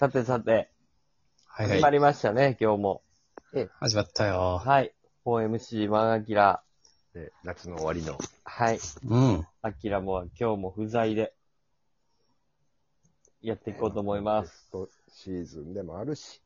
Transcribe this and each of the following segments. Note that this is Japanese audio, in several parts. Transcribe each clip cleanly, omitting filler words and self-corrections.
さてさて、 はい始まりましたね、今日も。 始まったよ。 はい。4MC マンアキラ。 夏の終わりの。 はい。 うん。 アキラも今日も不在で、やっていこうと思います。 テストシーズンでもあるし。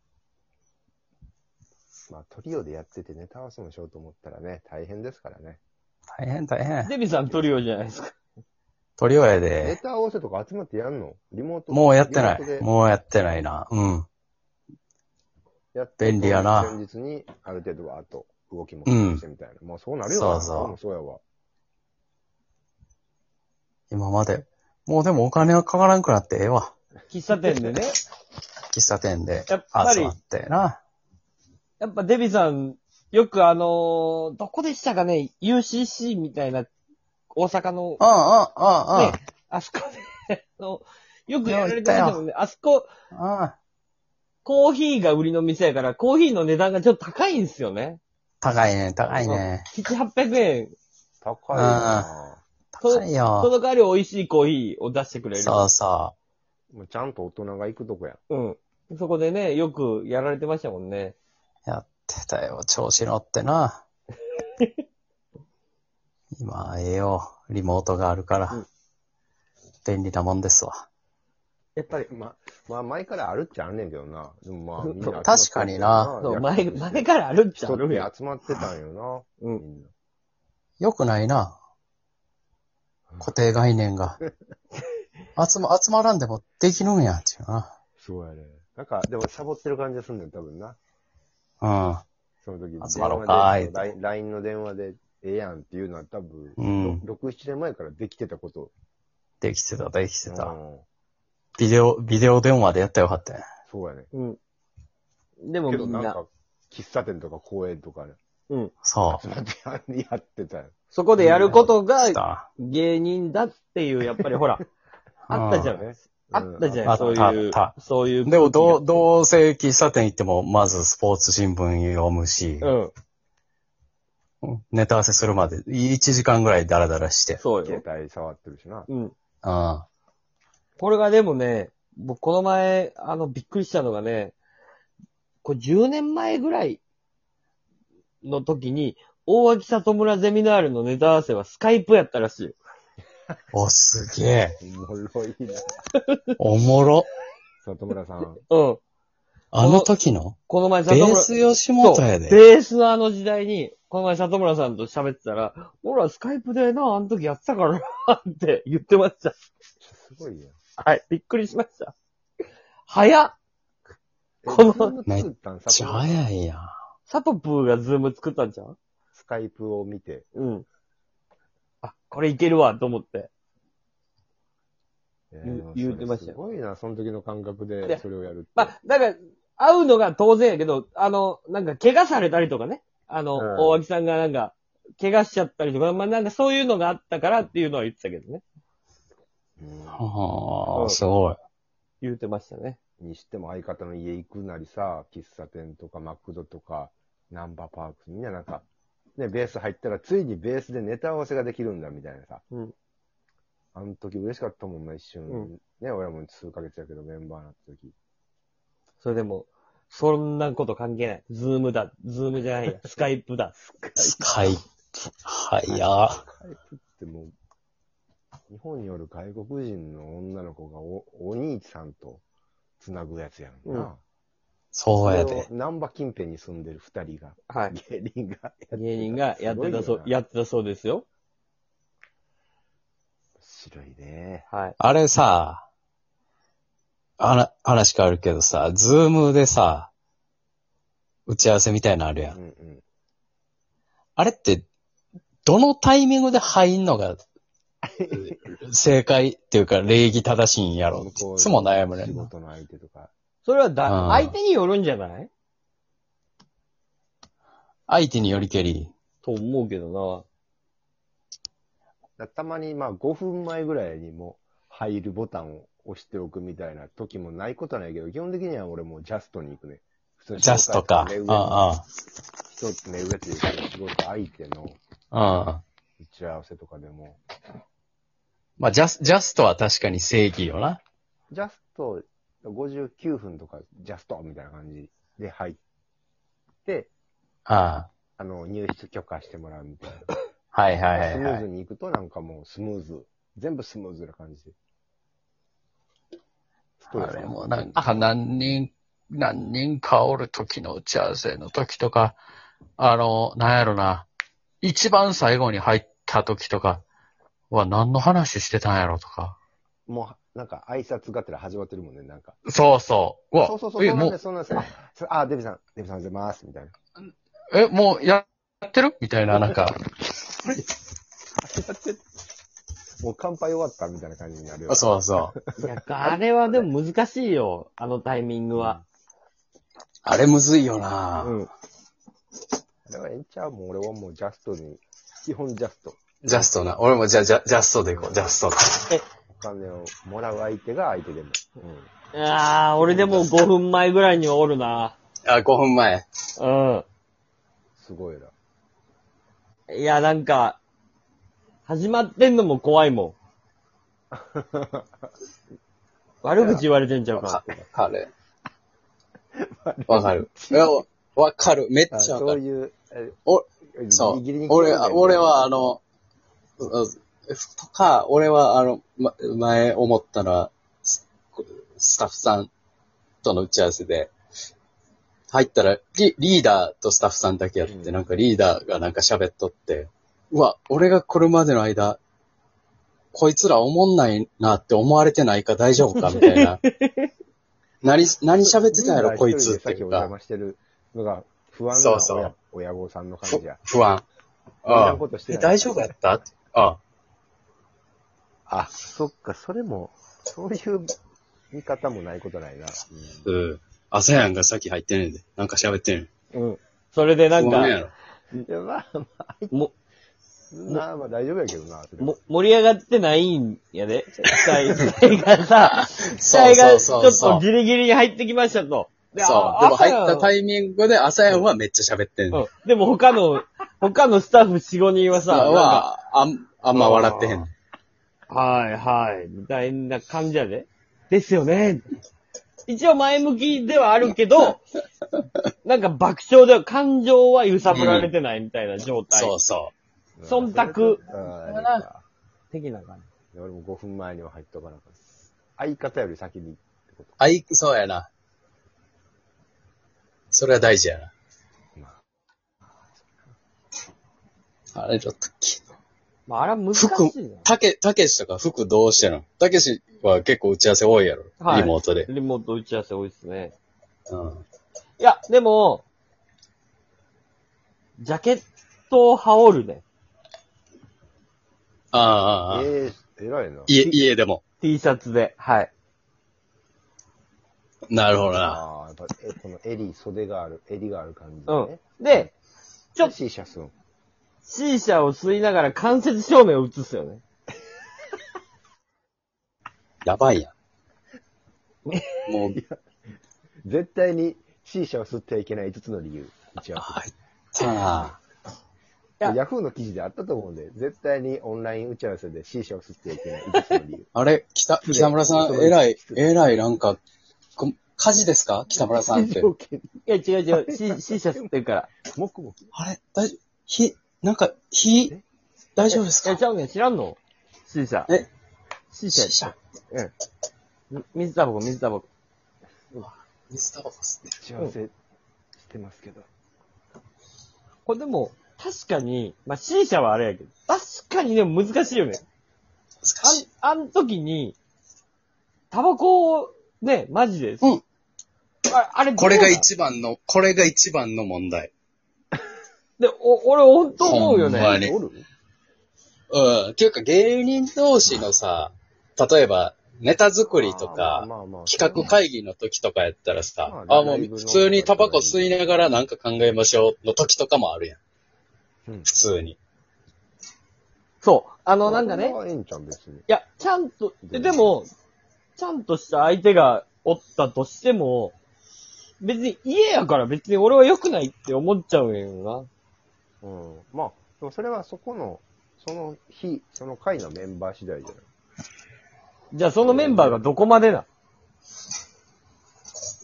まあトリオでやっててネタ合わせもしようと思ったらね、大変ですからね。 大変。 デビさんトリオじゃないですか。 トリオやネで。 タ合わせとか集まってやんのリモートもうやってない。 リモートでもうやってないな。うん。 やって便利やな前日にある程度はあと動きもしてみたいな。もうそうなるよな。 そうそう俺もそうやわ。 今まで。もうでもお金はかからんくなってええわ。 喫茶店でね。 喫茶店でやっぱり集まってな。 やっぱデビさん、よくどこでしたかね ?UCC みたいな、大阪の、ね、あそこで、よくやられてましたもんね。あそこ、コーヒーが売りの店やから、コーヒーの値段がちょっと高いんですよね。 高いね。 7、800円。 高いな高いよ。 その代わり美味しいコーヒーを出してくれる。 そうそもうちゃんと大人が行くとこや。 うん。そこでね、よくやられてましたもんね。 う。やってたよ。調子乗ってな。今、ええよ。リモートがあるから。 うん便利なもんですわ。 やっぱり、 まあ前からあるっちゃあんねんけどな。でもまあみんな集まって確かになそう前からあるっちゃあ一るやん。 人集まってたんよな。 うんみんな。 よくないな。固定概念が。集まらんでもできるんや、っていうな。 そうやね。なんか、でもサボってる感じがすんねん、多分な。 うん。 その時、 集まろうかーい電話で LINE の電話でええやんっていうのは多分、 うん 6、7年前からできてたこと。 できてた。 うんビデオ電話でやったらよかったよ。 そうやね。 うん。でもけみんな、 どなんか、喫茶店とか公園とかね、 うん。 そ集まってやってたよ。 そこでやることう。 がした。 芸人だっていう、やっぱりほら、あったじゃん。 ねあったじゃん、 あったそういうあっ、 そういう。 でも、どうせ喫茶店行っても、まずスポーツ新聞読むし、 うん。 ネタ合わせするまで1時間ぐらいダラダラして。 そうよ携。帯触ってるしな。 うん。 うん。 これがでもね、僕この前、びっくりしたのがね、これ10年前ぐらいの時に、大脇里村ゼミナールのネタ合わせはスカイプやったらしいよ。 お、すげえ。 おもろいな。 おもろ。 里村さん。 うん。 あの時のこの前ベース吉本やで。 ベースのあの時代に、この前里村さんと喋ってたら、ほら、スカイプでな、あの時やってたからな、って言ってました。 すごいやん。 はい、びっくりしました。早っこのズーム作ったんめっちゃ早いやん。 サトプーがズーム作ったんじゃんスカイプを見て。 うん。あ、これいけるわ、と思って。言うてましたよすごいな、その時の感覚ででそれをやるって。 まあ、だから、会うのが当然やけど、なんか、怪我されたりとかね。大脇さんがなんか、怪我しちゃったりとか、まあ、なんかそういうのがあったからっていうのは言ってたけどね。 はあ、すごい。 言うてましたね。 にしても相方の家行くなりさ、喫茶店とかマクドとか、ナンバーパークみんななんか、ね、ベース入ったらついにベースでネタ合わせができるんだみたいなさ。 うん。 あの時嬉しかったもんな、一瞬。 うんね、俺も数ヶ月やけどメンバーになった時。 それでも、そんなこと関係ない。ズームだ。ズームじゃないや。スカイプだ。 スカイプ。早っ。 スカイプってもう、日本におる外国人の女の子がお兄さんと繋ぐやつやんな。 そうやそれをで。 難波近辺に住んでる二人が、 はい。 芸人が芸人がやってたそう、やってたそうですよ。 白いね。 はい。 あれさ、話変わるけどさ、ズームでさ、打ち合わせみたいなのあるやん。 うんうん。 あれって、どのタイミングで入んのが、正解っていうか礼儀正しいんやろっていつも悩むねんな。 仕事の相手とか。 それはうん相手によるんじゃない相手によりけり。 と思うけどたまにまあ5分前ぐらいにも入るボタンを押しておくみたいな時もないことはないけど、基本的には俺もうジャストに行くね。普通にジャストか。 目上うんの一つ目上というか仕事相手のうん。 打ち合わせとかでも、 まあ、ジャストは確かに正義よな。 ジャスト、 59分とかジャストみたいな感じで入って、 あ入室許可してもらうみたいな。 はいはいはい、 スムーズに行くとなんかもうスムーズ。全部スムーズな感じで。 あれもなんか何人かおる時の打ち合わせの時とか、なんやろな、一番最後に入った時とかは何の話してたんやろとか。 もう、なんか挨拶がてら始まってるもんね、なんか。 そうそう。うわ、 そう、そうなんです、そうなんです。あ、デビさんおはようございます、みたいな。 もうやってるみたいな、なんか。 もう乾杯終わったみたいな感じになるよ。 そうそう。 いや、あれはでも難しいよ。あのタイミングは。 あれむずいよな。 うん。だからええんちゃうもう俺はもうジャストに、基本ジャスト。 ジャストな。俺もジャストでいこう。ジャスト。 お金をもらう相手が相手でも。 うん。俺でも5分前ぐらいにはおるな。 5分前。 うん。 すごいな。 いや、なんか、始まってんのも怖いもん。悪口言われてんちゃうか。 わかる。わかる。めっちゃわかる。 そういう、 そう。俺はとか、俺は前思ったのは、スタッフさんとの打ち合わせで、入ったらリーダーとスタッフさんだけやって、なんかリーダーがなんか喋っとって、うわ、俺が来るまでの間、こいつら思んないなって思われてないか大丈夫かみたいな。何喋ってたやろ、こいつっていうか。 お邪魔してるのが不安な親御さんの感じや。 不安。大丈夫やったそっか、それも、そういう見方もないことないな。 朝やんが先入ってんねんで。なんか喋ってんねん。 うん。それでなんか、 いや、まあ大丈夫やけどな。 盛り上がってないんやで。期待がさ、期待がちょっとギリギリに入ってきましたと。 そう。でも入ったタイミングで朝やんはめっちゃ喋ってんねん。 でも他のスタッフ4、5人はさ、 あんま笑ってへん。 はい、みたいな感じやで。ですよね。一応前向きではあるけど、なんか爆笑では感情は揺さぶられてないみたいな状態。 そうそう。 忖度的な感じ。 俺も5分前には入っとかなかった。相方より先にってこと。そうやな。それは大事やな。あれちょっとあれは難しいな。 たけしとか服どうしてんの？たけしは結構打ち合わせ多いやろ、リモートで。 リモート打ち合わせ多いですね。 うん。 いや、でも、ジャケットを羽織るね。 偉いな。 家でも。 T シャツで、はい。 なるほどな。 やっぱ、この袖がある、襟がある感じね。で、 ちょっと C 社吸う。 C 社を吸いながら間接照明を映すよね。 やばいやん。もう。 絶対に C 社を吸ってはいけない5つの理由。一応。 入ったなヤフーの記事であったと思うんで、絶対にオンライン打ち合わせで C 社を吸ってはいけない5つの理由。 あれ北村さん、えらいなんか、火事ですか北村さんって。いや、違う。C 社吸ってるから。 もくもく。 あれ大丈夫ですかちゃうねん、知らんの ?C 社。C 社。水タバコ。 水タバコ吸って。打ち合わせしてますけど。 これでも、確かに、C 社はあれやけど、確かにでも難しいよね。 難しい。 あん時に、タバコを、ね、マジで。あれこれが一番の問題。 で、俺ほんと思うよね。 ほんまに。っていうか芸人同士のさ、例えば、ネタ作りとか、企画会議の時とかやったらさ、もう普通にタバコ吸いながらなんか考えましょうの時とかもあるやん。普通に。 そう。なんかね。いや、ちゃんと、でも、ちゃんとした相手がおったとしても、別に家やから別に俺は良くないって思っちゃうんやよな。でもそれはその日、その会のメンバー次第じゃない。 じゃあそのメンバーがどこまでな？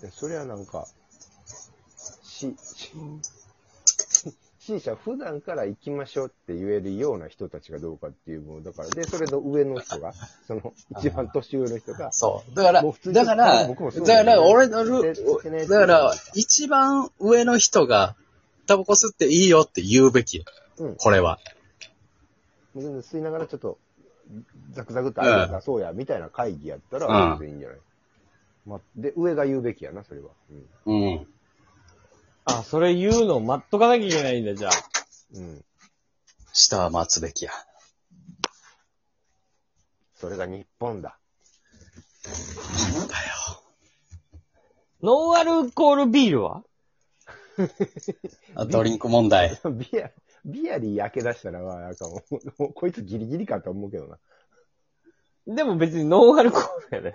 それはなんか、C 社普段から行きましょうって言えるような人たちがどうかっていうものだから、で、それの上の人が、その一番年上の人が、 そう。だから、一番上の人が、タバコ吸っていいよって言うべきよ。うん。これは。 全然吸いながらちょっと、ザクザクってアイデア出そうや、みたいな会議やったら、全然いいんじゃない、まあ、で、上が言うべきやな、それは。 うん。うん。 あ、それ言うの待っとかなきゃいけないんだ、じゃあ。 うん。 下は待つべきや。 それが日本だ。 なんだよ。 ノンアルコールビールはドリンク問題。 ビアリー焼け出したら、まあ、なんかもうこいつギリギリかと思うけどな。 でも別にノンアルコールやで。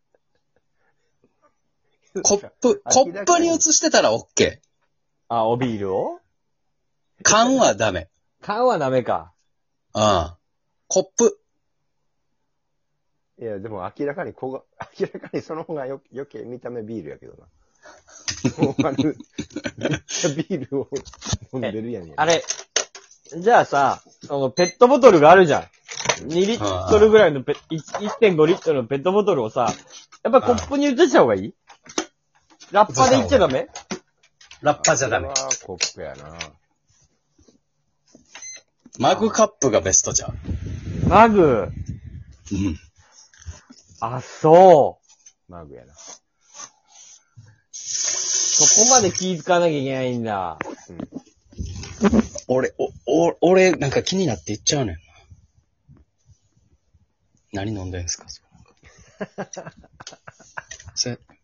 コップに移してたら OK。 あ、おビールを缶はダメ。 缶はダメか。 うん。コップ。 いや、でも明らかにその方が余計見た目ビールやけどな。もうめっちゃビールを飲んでるやんや。 あれ、じゃあさ、そのペットボトルがあるじゃん。2リットルぐらいの1.5 リットルのペットボトルをさ、やっぱコップに移した方がいい？ラッパでいっちゃダメ？ ラッパじゃダメ。 コップやな。 マグカップがベストじゃん。 マグ。 うん。 あ、そう。 マグやな。 そこまで気遣わなきゃいけないんだ。うん。 俺、なんか気になって言っちゃうねんな。何飲んでんすかそれ